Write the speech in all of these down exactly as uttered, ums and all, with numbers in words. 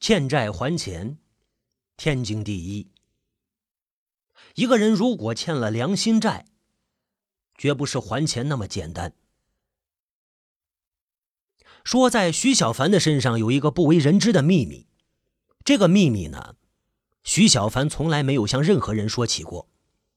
欠债还钱，天经地义。一个人如果欠了良心债，绝不是还钱那么简单。说在徐小凡的身上有一个不为人知的秘密，这个秘密呢，徐小凡从来没有向任何人说起过。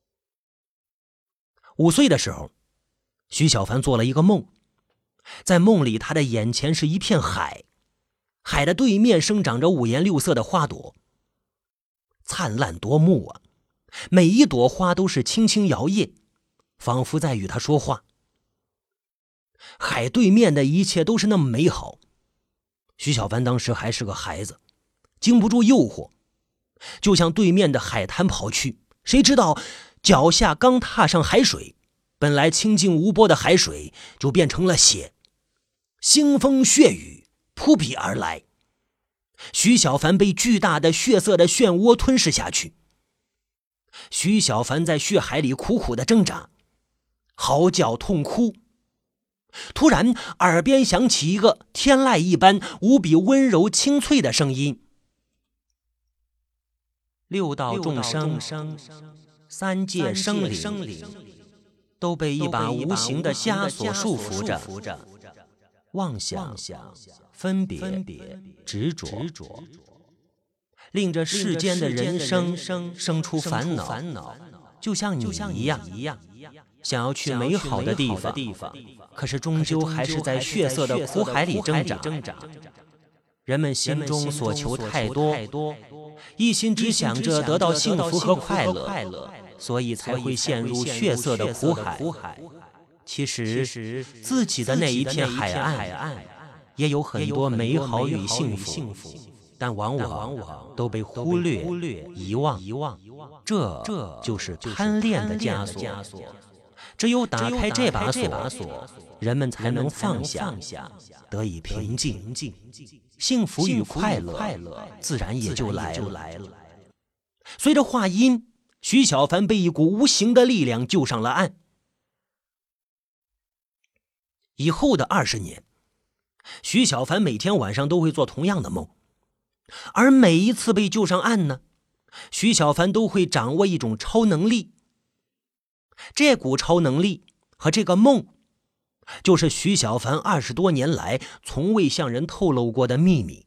五岁的时候，徐小凡做了一个梦，在梦里他的眼前是一片海，海的对面生长着五颜六色的花朵，灿烂夺目啊！每一朵花都是轻轻摇曳，仿佛在与他说话。海对面的一切都是那么美好。徐小凡当时还是个孩子，经不住诱惑，就向对面的海滩跑去。谁知道脚下刚踏上海水，本来清净无波的海水就变成了血，腥风血雨扑鼻而来。徐小凡被巨大的血色的漩涡吞噬下去。徐小凡在血海里苦苦的挣扎，嚎叫痛哭。突然耳边响起一个天籁一般无比温柔清脆的声音：六道众生，三界生灵，都被一把无形的枷锁束缚着，妄想、分别、执着，令这世间的人生生出烦恼，就像你一样，想要去美好的地方，可是终究还是在血色的苦海里挣扎。人们心中所求太多，一心只想着得到幸福和快乐，所以才会陷入血色的苦海。其实自己的那一片海岸也有很多美好与幸福，但往往都被忽略、遗忘。这就是贪恋的枷锁。只有打开这把锁，人们才能放下，得以平静，幸福与快乐自然也就来了。随着话音，徐小凡被一股无形的力量救上了岸。以后的二十年，徐小凡每天晚上都会做同样的梦，而每一次被救上岸呢，徐小凡都会掌握一种超能力。这股超能力和这个梦，就是徐小凡二十多年来从未向人透露过的秘密。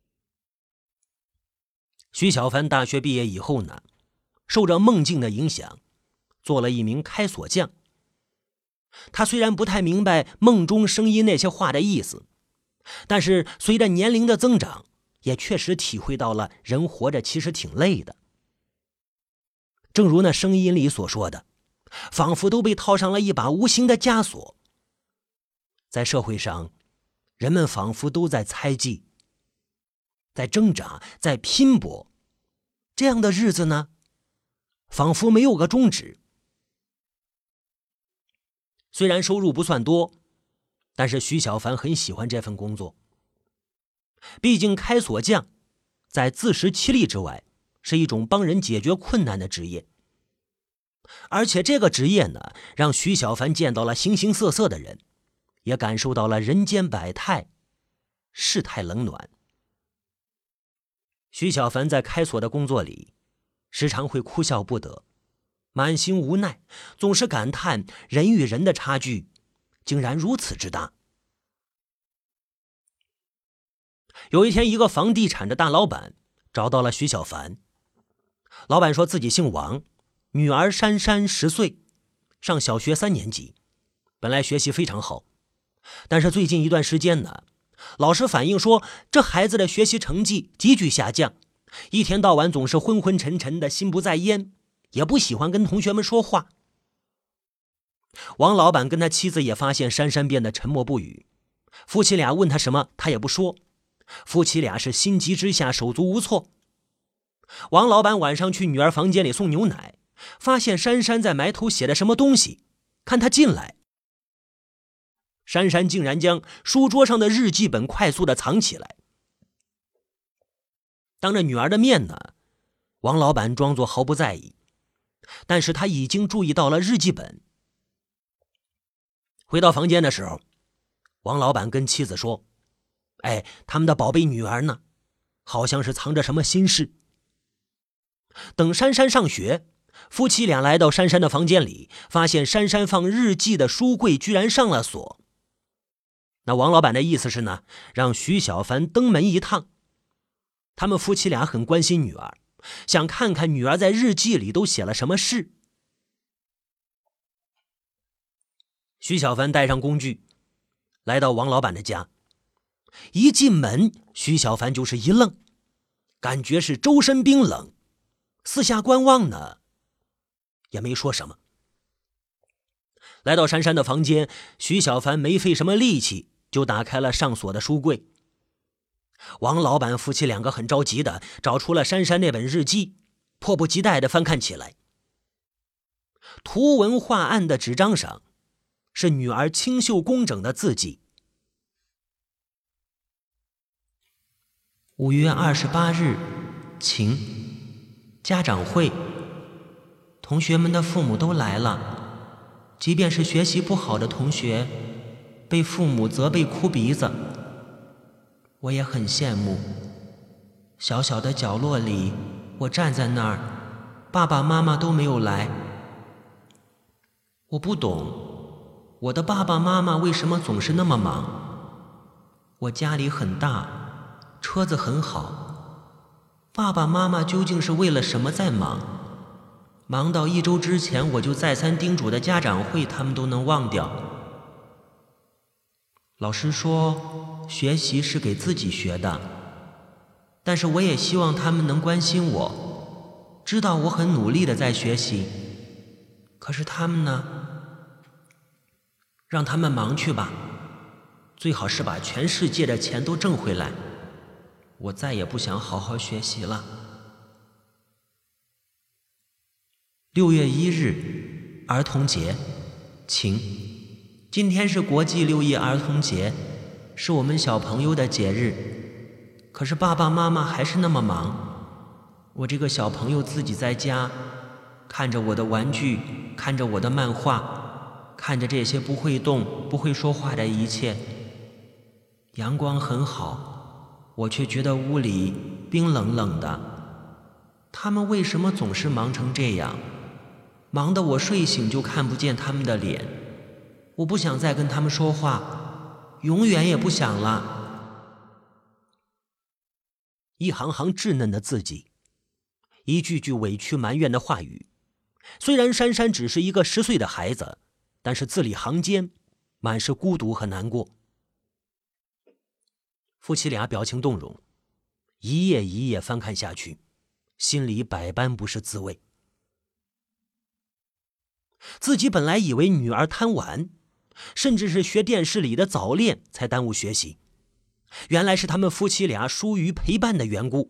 徐小凡大学毕业以后呢，受着梦境的影响，做了一名开锁匠。他虽然不太明白梦中声音那些话的意思，但是随着年龄的增长，也确实体会到了人活着其实挺累的。正如那声音里所说的，仿佛都被套上了一把无形的枷锁。在社会上，人们仿佛都在猜忌，在挣扎，在拼搏。这样的日子呢，仿佛没有个终止。虽然收入不算多，但是徐小凡很喜欢这份工作。毕竟开锁匠在自食其力之外，是一种帮人解决困难的职业。而且这个职业呢，让徐小凡见到了形形色色的人，也感受到了人间百态，世态冷暖。徐小凡在开锁的工作里，时常会哭笑不得，满心无奈，总是感叹人与人的差距竟然如此之大。有一天，一个房地产的大老板找到了徐小凡。老板说自己姓王，女儿珊珊十岁，上小学三年级，本来学习非常好，但是最近一段时间呢，老师反映说这孩子的学习成绩急剧下降，一天到晚总是昏昏沉沉的，心不在焉，也不喜欢跟同学们说话。王老板跟他妻子也发现珊珊变得沉默不语，夫妻俩问他什么他也不说，夫妻俩是心急之下手足无措。王老板晚上去女儿房间里送牛奶，发现珊珊在埋头写的什么东西，看他进来，珊珊竟然将书桌上的日记本快速地藏起来。当着女儿的面呢，王老板装作毫不在意，但是他已经注意到了日记本。回到房间的时候，王老板跟妻子说：哎，他们的宝贝女儿呢？ 好像是藏着什么心事。等珊珊上学，夫妻俩来到珊珊的房间里，发现珊珊放日记的书柜居然上了锁。那王老板的意思是呢，让徐小凡登门一趟。他们夫妻俩很关心女儿，想看看女儿在日记里都写了什么事。徐小凡带上工具，来到王老板的家。一进门，徐小凡就是一愣，感觉是周身冰冷，四下观望呢，也没说什么。来到珊珊的房间，徐小凡没费什么力气就打开了上锁的书柜。王老板夫妻两个很着急的找出了珊珊那本日记，迫不及待的翻看起来。图文画案的纸张上是女儿清秀工整的字迹。五月二十八日，晴，家长会，同学们的父母都来了，即便是学习不好的同学，被父母责备哭鼻子，我也很羡慕。小小的角落里，我站在那儿，爸爸妈妈都没有来。我不懂，我的爸爸妈妈为什么总是那么忙？我家里很大，车子很好，爸爸妈妈究竟是为了什么在忙？忙到一周之前我就再三叮嘱的家长会，他们都能忘掉。老师说，学习是给自己学的，但是我也希望他们能关心我，知道我很努力的在学习。可是他们呢？让他们忙去吧，最好是把全世界的钱都挣回来。我再也不想好好学习了。六月一日，儿童节，晴。今天是国际六一儿童节，是我们小朋友的节日。可是爸爸妈妈还是那么忙，我这个小朋友自己在家，看着我的玩具，看着我的漫画，看着这些不会动、不会说话的一切。阳光很好，我却觉得屋里冰冷冷的。他们为什么总是忙成这样？忙得我睡醒就看不见他们的脸。我不想再跟他们说话，永远也不想了。一行行稚嫩的字迹，一句句委屈埋怨的话语。虽然珊珊只是一个十岁的孩子，但是字里行间满是孤独和难过。夫妻俩表情动容，一页一页翻看下去，心里百般不是滋味。自己本来以为女儿贪玩，甚至是学电视里的早恋才耽误学习，原来是他们夫妻俩疏于陪伴的缘故。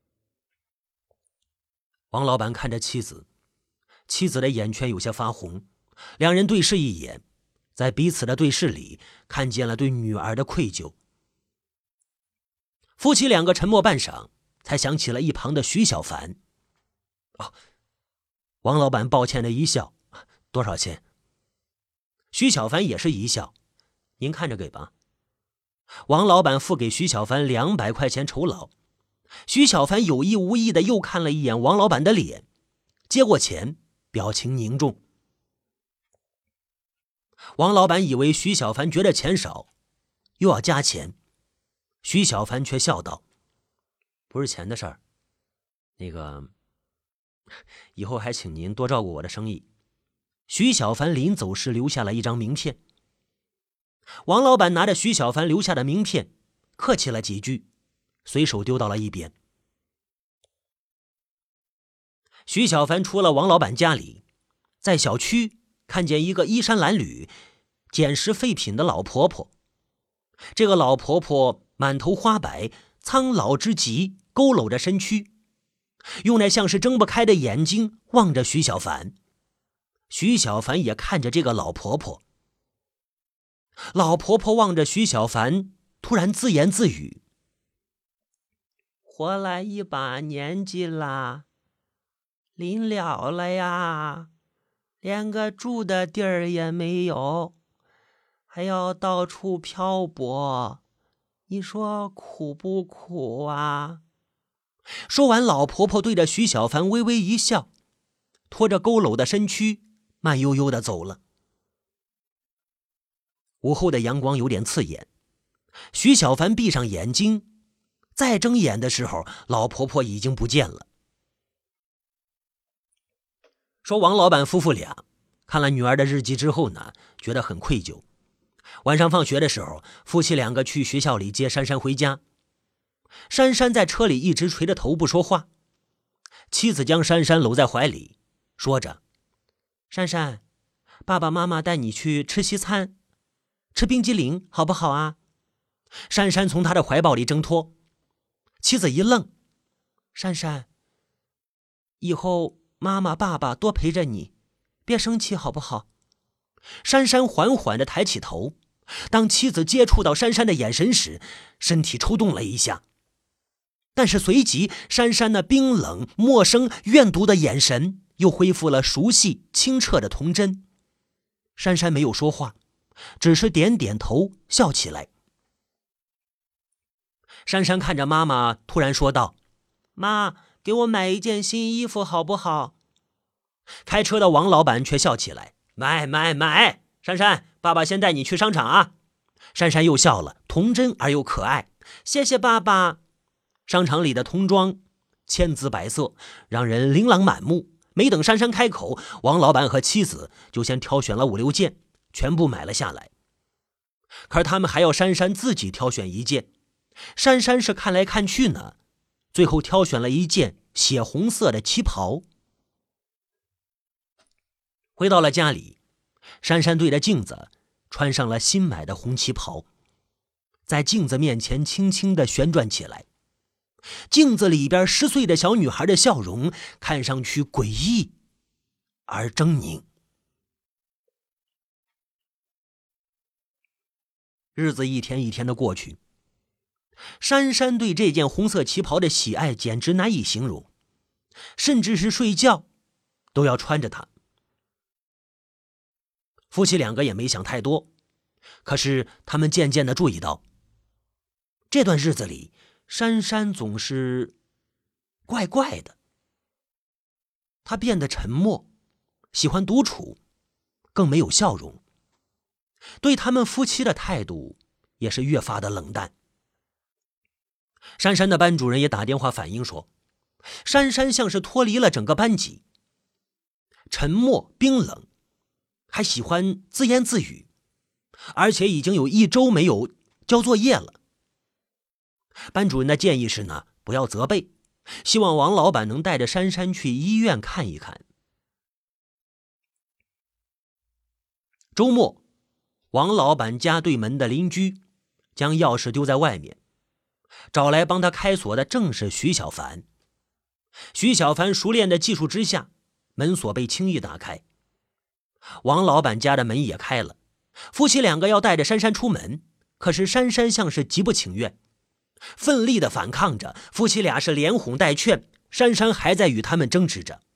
王老板看着妻子，妻子的眼圈有些发红，两人对视一眼，在彼此的对视里看见了对女儿的愧疚。夫妻两个沉默半晌，才想起了一旁的徐小凡。哦，王老板抱歉的一笑，多少钱？徐小凡也是一笑，您看着给吧。王老板付给徐小凡两百块钱酬劳。徐小凡有意无意的又看了一眼王老板的脸，接过钱，表情凝重。王老板以为徐小凡觉得钱少，又要加钱。徐小凡却笑道：“不是钱的事儿，那个，以后还请您多照顾我的生意。”徐小凡临走时留下了一张名片。王老板拿着徐小凡留下的名片，客气了几句，随手丢到了一边。徐小凡出了王老板家里，在小区看见一个衣衫褴褛、捡拾废品的老婆婆。这个老婆婆满头花白，苍老之极，佝偻着身躯，用那像是睁不开的眼睛望着徐小凡。徐小凡也看着这个老婆婆。老婆婆望着徐小凡，突然自言自语：“活了一把年纪啦，临了了呀，连个住的地儿也没有，还要到处漂泊，你说苦不苦啊？” 说完，老婆婆对着徐小凡微微一笑，拖着佝偻的身躯慢悠悠地走了。午后的阳光有点刺眼，徐小凡闭上眼睛，再睁眼的时候，老婆婆已经不见了。说王老板夫妇俩看了女儿的日记之后呢，觉得很愧疚。晚上放学的时候，夫妻两个去学校里接珊珊回家。珊珊在车里一直垂着头不说话，妻子将珊珊搂在怀里，说着：“珊珊，爸爸妈妈带你去吃西餐，吃冰激凌好不好啊？”珊珊从他的怀抱里挣脱，妻子一愣：“珊珊，以后妈妈爸爸多陪着你，别生气好不好？”珊珊缓缓地抬起头，当妻子接触到珊珊的眼神时，身体抽动了一下，但是随即珊珊那冰冷、陌生、怨毒的眼神又恢复了熟悉、清澈的童真。珊珊没有说话，只是点点头，笑起来。珊珊看着妈妈，突然说道：“妈，给我买一件新衣服好不好？”开车的王老板却笑起来：“买买买！珊珊，爸爸先带你去商场啊！”珊珊又笑了，童真而又可爱：“谢谢爸爸。”商场里的童装千姿百色，让人琳琅满目。没等珊珊开口，王老板和妻子就先挑选了五六件，全部买了下来。可是他们还要珊珊自己挑选一件，珊珊是看来看去呢，最后挑选了一件血红色的旗袍。回到了家里，珊珊对着镜子穿上了新买的红旗袍，在镜子面前轻轻地旋转起来。镜子里边十岁的小女孩的笑容看上去诡异而狰狞。日子一天一天的过去，珊珊对这件红色旗袍的喜爱简直难以形容，甚至是睡觉都要穿着它。夫妻两个也没想太多，可是他们渐渐地注意到，这段日子里珊珊总是怪怪的，她变得沉默，喜欢独处，更没有笑容，对他们夫妻的态度也是越发的冷淡。珊珊的班主任也打电话反映说，珊珊像是脱离了整个班级，沉默冰冷，还喜欢自言自语，而且已经有一周没有交作业了。班主任的建议是呢，不要责备，希望王老板能带着珊珊去医院看一看。周末，王老板家对门的邻居将钥匙丢在外面，找来帮他开锁的正是徐小凡。徐小凡熟练的技术之下，门锁被轻易打开，王老板家的门也开了。夫妻两个要带着珊珊出门，可是珊珊像是极不情愿，奋力的反抗着。夫妻俩是连哄带劝，珊珊还在与他们争执着。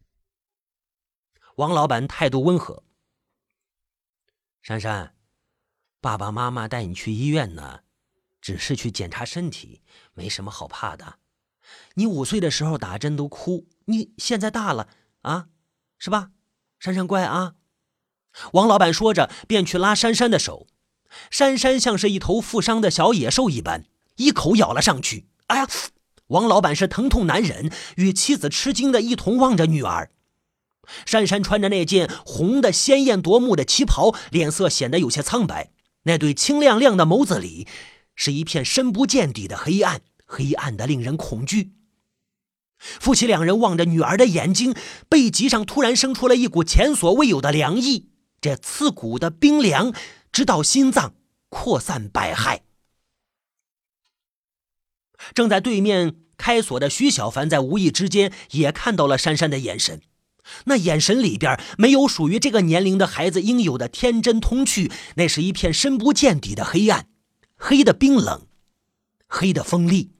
王老板态度温和：“珊珊，爸爸妈妈带你去医院呢，只是去检查身体，没什么好怕的。你五岁的时候打针都哭，你现在大了啊，是吧？珊珊乖啊。”王老板说着便去拉珊珊的手，珊珊像是一头负伤的小野兽一般，一口咬了上去。哎呀！王老板是疼痛难忍，与妻子吃惊的一同望着女儿。珊珊穿着那件红的鲜艳夺目的旗袍，脸色显得有些苍白，那对清亮亮的眸子里是一片深不见底的黑暗，黑暗的令人恐惧。夫妻两人望着女儿的眼睛，背脊上突然生出了一股前所未有的凉意，这刺骨的冰凉直到心脏，扩散百害。正在对面开锁的徐小凡在无意之间也看到了珊珊的眼神，那眼神里边没有属于这个年龄的孩子应有的天真童趣，那是一片深不见底的黑暗，黑的冰冷，黑的锋利。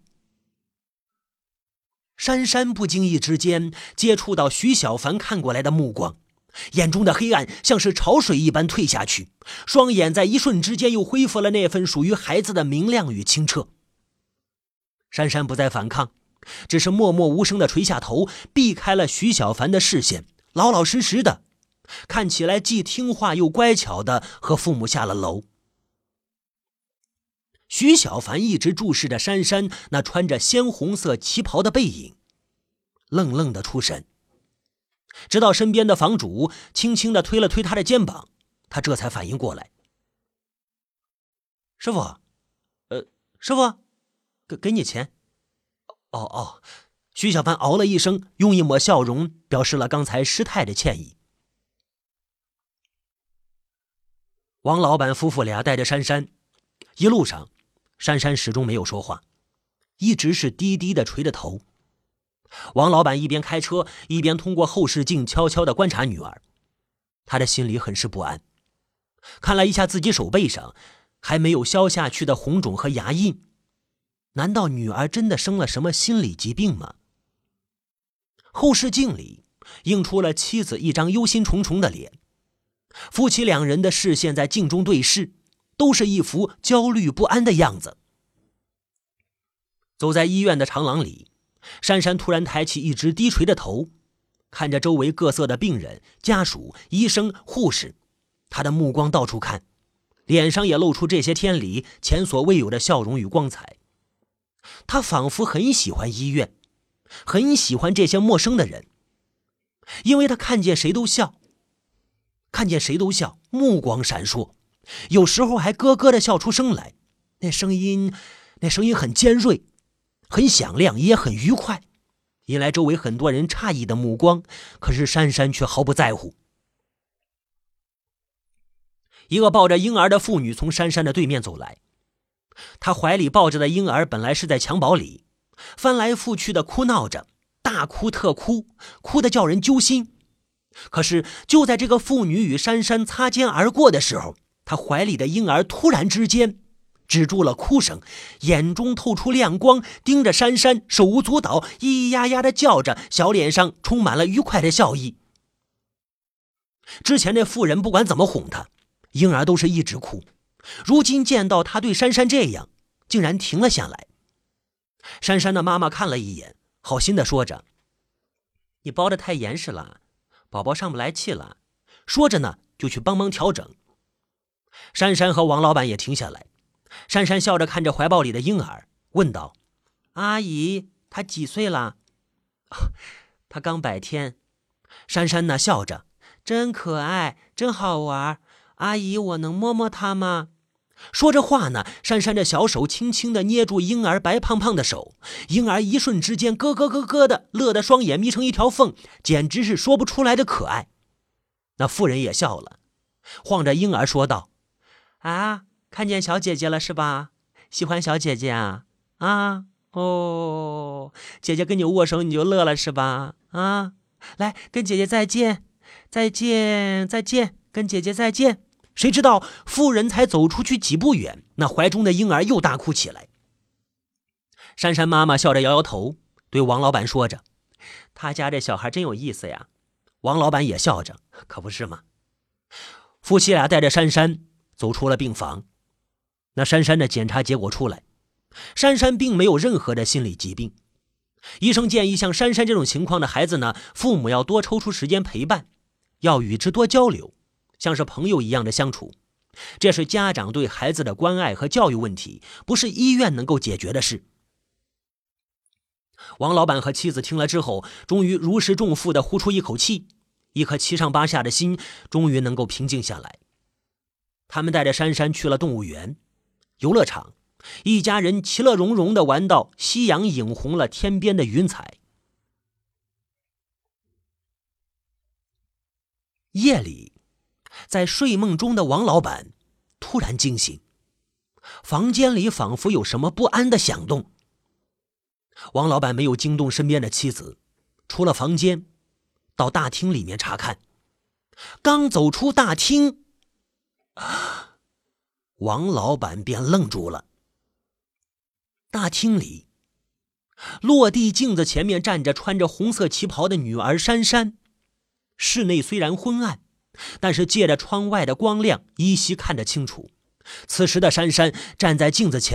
珊珊不经意之间接触到徐小凡看过来的目光，眼中的黑暗像是潮水一般退下去，双眼在一瞬之间又恢复了那份属于孩子的明亮与清澈。珊珊不再反抗， 只是默默无声地垂下头，避开了徐小凡的视线，老老实实的，看起来既听话又乖巧的和父母下了楼。徐小凡一直注视着珊珊那穿着鲜红色旗袍的背影，愣愣的出神，直到身边的房主轻轻地推了推他的肩膀，他这才反应过来。师傅，呃，师傅，给给你钱。哦哦，徐小凡哦了一声，用一抹笑容表示了刚才失态的歉意。王老板夫妇俩带着珊珊，一路上珊珊始终没有说话，一直是低低的垂着头。王老板一边开车一边通过后视镜悄悄地观察女儿，他的心里很是不安，看了一下自己手背上还没有消下去的红肿和牙印，难道女儿真的生了什么心理疾病吗？后视镜里映出了妻子一张忧心忡忡的脸，夫妻两人的视线在镜中对视，都是一副焦虑不安的样子。走在医院的长廊里，珊珊突然抬起一直低垂的头，看着周围各色的病人、家属、医生、护士，她的目光到处看，脸上也露出这些天里前所未有的笑容与光彩。她仿佛很喜欢医院，很喜欢这些陌生的人，因为她看见谁都笑，看见谁都笑，目光闪烁，有时候还咯咯地笑出声来，那声音那声音很尖锐，很响亮，也很愉快，引来周围很多人诧异的目光，可是珊珊却毫不在乎。一个抱着婴儿的妇女从珊珊的对面走来，她怀里抱着的婴儿本来是在襁褓里，翻来覆去的哭闹着，大哭特哭，哭得叫人揪心。可是就在这个妇女与珊珊擦肩而过的时候，她怀里的婴儿突然之间止住了哭声，眼中透出亮光，盯着珊珊，手舞足蹈，咿咿呀呀的叫着，小脸上充满了愉快的笑意。之前那妇人不管怎么哄她，婴儿都是一直哭，如今见到她对珊珊这样，竟然停了下来。珊珊的妈妈看了一眼，好心的说着：“你包得太严实了，宝宝上不来气了。”说着呢，就去帮忙调整。珊珊和王老板也停下来，珊珊笑着看着怀抱里的婴儿，问道：“阿姨，他几岁了？”“他刚百天。”珊珊呢笑着：“真可爱，真好玩。阿姨，我能摸摸他吗？”说着话呢，珊珊的小手轻轻地捏住婴儿白胖胖的手，婴儿一瞬之间咯咯咯咯的，乐得双眼眯成一条缝，简直是说不出来的可爱。那妇人也笑了，晃着婴儿说道：“啊，看见小姐姐了是吧？喜欢小姐姐啊？啊，哦，姐姐跟你握手你就乐了是吧？啊，来跟姐姐再见，再见，再见，跟姐姐再见。”谁知道妇人才走出去几步远，那怀中的婴儿又大哭起来。珊珊妈妈笑着摇摇头，对王老板说着：“他家这小孩真有意思呀。”王老板也笑着：“可不是嘛。”夫妻俩带着珊珊走出了病房。那珊珊的检查结果出来，珊珊并没有任何的心理疾病。医生建议像珊珊这种情况的孩子呢，父母要多抽出时间陪伴，要与之多交流，像是朋友一样的相处，这是家长对孩子的关爱和教育问题，不是医院能够解决的事。王老板和妻子听了之后，终于如释重负地呼出一口气，一颗七上八下的心终于能够平静下来。他们带着珊珊去了动物园、游乐场，一家人其乐融融地玩到夕阳映红了天边的云彩。夜里，在睡梦中的王老板突然惊醒，房间里仿佛有什么不安的响动。王老板没有惊动身边的妻子，出了房间，到大厅里面查看。刚走出大厅，啊，王老板便愣住了。大厅里，落地镜子前面站着穿着红色旗袍的女儿珊珊。室内虽然昏暗，但是借着窗外的光亮，依稀看得清楚。此时的珊珊站在镜子前面，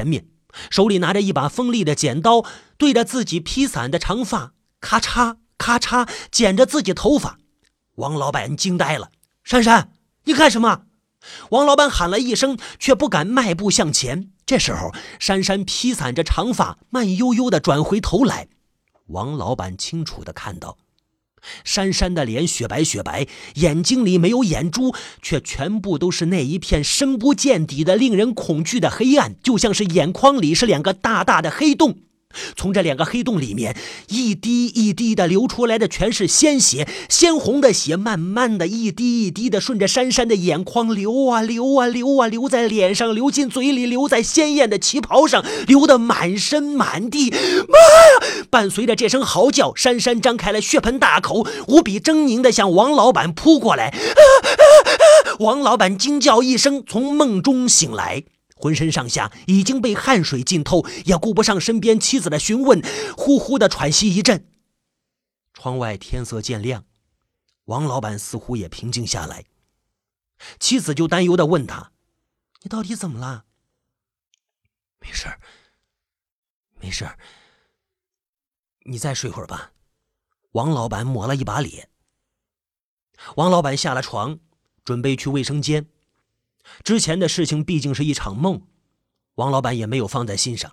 手里拿着一把锋利的剪刀，对着自己披散的长发咔嚓咔嚓剪着自己头发。王老板惊呆了：“珊珊，你干什么？”王老板喊了一声，却不敢迈步向前。这时候珊珊披散着长发，慢悠悠地转回头来。王老板清楚地看到珊珊的脸雪白雪白，眼睛里没有眼珠，却全部都是那一片深不见底的令人恐惧的黑暗，就像是眼眶里是两个大大的黑洞。从这两个黑洞里面一滴一滴的流出来的全是鲜血，鲜红的血慢慢的一滴一滴的顺着珊珊的眼眶流啊流啊流啊，流在脸上，流进嘴里，流在鲜艳的旗袍上，流得满身满地。妈呀！伴随着这声嚎叫，珊珊张开了血盆大口，无比狰狞的向王老板扑过来。啊啊啊！王老板惊叫一声，从梦中醒来，浑身上下已经被汗水浸透，也顾不上身边妻子的询问，呼呼的喘息一阵。窗外天色渐亮，王老板似乎也平静下来。妻子就担忧地问他：“你到底怎么了？”“没事儿，没事儿，你再睡会儿吧。”王老板抹了一把脸。王老板下了床，准备去卫生间。之前的事情毕竟是一场梦，王老板也没有放在心上。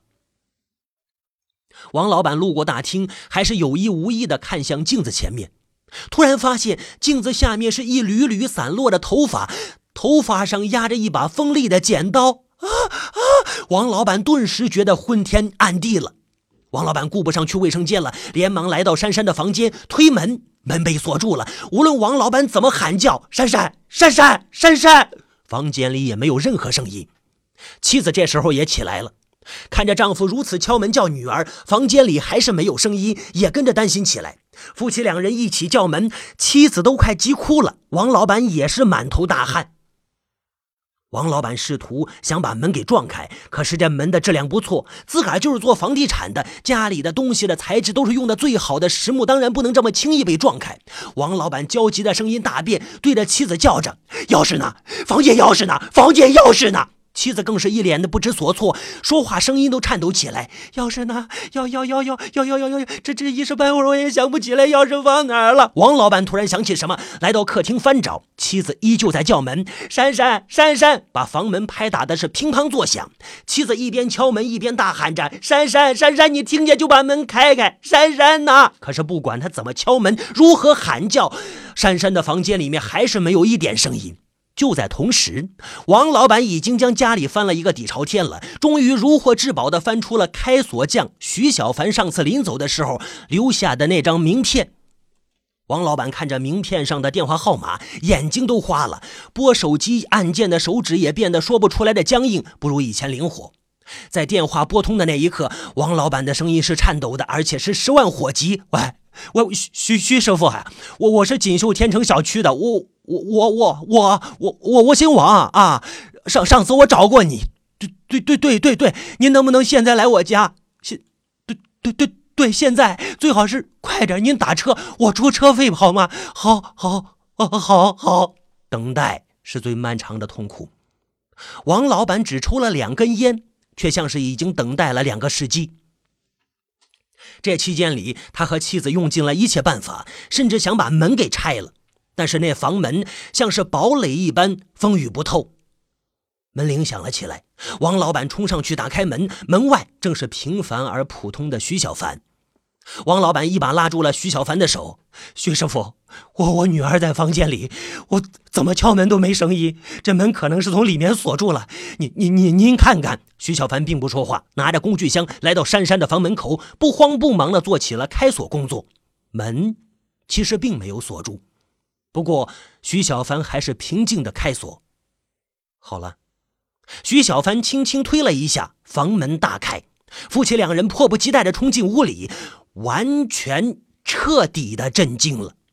王老板路过大厅，还是有意无意地看向镜子前面，突然发现镜子下面是一缕缕散落的头发，头发上压着一把锋利的剪刀。啊啊！王老板顿时觉得昏天暗地了。王老板顾不上去卫生间了，连忙来到珊珊的房间，推门，门被锁住了。无论王老板怎么喊叫：“珊珊，珊珊，珊珊！”房间里也没有任何声音。妻子这时候也起来了，看着丈夫如此敲门叫女儿，房间里还是没有声音，也跟着担心起来。夫妻两人一起叫门，妻子都快急哭了，王老板也是满头大汗。王老板试图想把门给撞开，可是这门的质量不错，自个儿就是做房地产的，家里的东西的材质都是用的最好的实木，当然不能这么轻易被撞开。王老板焦急的声音大变，对着妻子叫着：“钥匙呢？房间钥匙呢？房间钥匙呢？”妻子更是一脸的不知所措，说话声音都颤抖起来：“钥匙呢？要要要要要要要要！这这一时半会儿我也想不起来钥匙放哪儿了。”王老板突然想起什么，来到客厅翻找，妻子依旧在叫门：“珊珊，珊珊！”把房门拍打的是乒乓作响。妻子一边敲门一边大喊着：“珊珊，珊珊，你听见就把门开开！珊珊呐！”可是不管他怎么敲门，如何喊叫，珊珊的房间里面还是没有一点声音。就在同时，王老板已经将家里翻了一个底朝天了，终于如获至宝地翻出了开锁匠徐小凡上次临走的时候留下的那张名片。王老板看着名片上的电话号码，眼睛都花了，拨手机按键的手指也变得说不出来的僵硬，不如以前灵活。在电话拨通的那一刻，王老板的声音是颤抖的，而且是十万火急：“喂，喂，徐徐徐师傅啊，我我是锦绣天成小区的，我我我我我我我我姓王啊！上上次我找过你，对对对对对对，您能不能现在来我家？现对对对对，现在最好是快点，您打车，我出车费好吗？好好好好好，等待是最漫长的痛苦。”王老板只抽了两根烟，却像是已经等待了两个世纪。这期间里，他和妻子用尽了一切办法，甚至想把门给拆了，但是那房门像是堡垒一般，风雨不透。门铃响了起来，王老板冲上去打开门，门外正是平凡而普通的徐小凡。王老板一把拉住了徐小凡的手：“徐师傅，我我女儿在房间里，我怎么敲门都没声音，这门可能是从里面锁住了。你你你您看看。”徐小凡并不说话，拿着工具箱来到珊珊的房门口，不慌不忙地做起了开锁工作。门其实并没有锁住，不过徐小凡还是平静地开锁。好了，徐小凡轻轻推了一下，房门大开，夫妻两人迫不及待地冲进屋里，完全彻底地震惊了。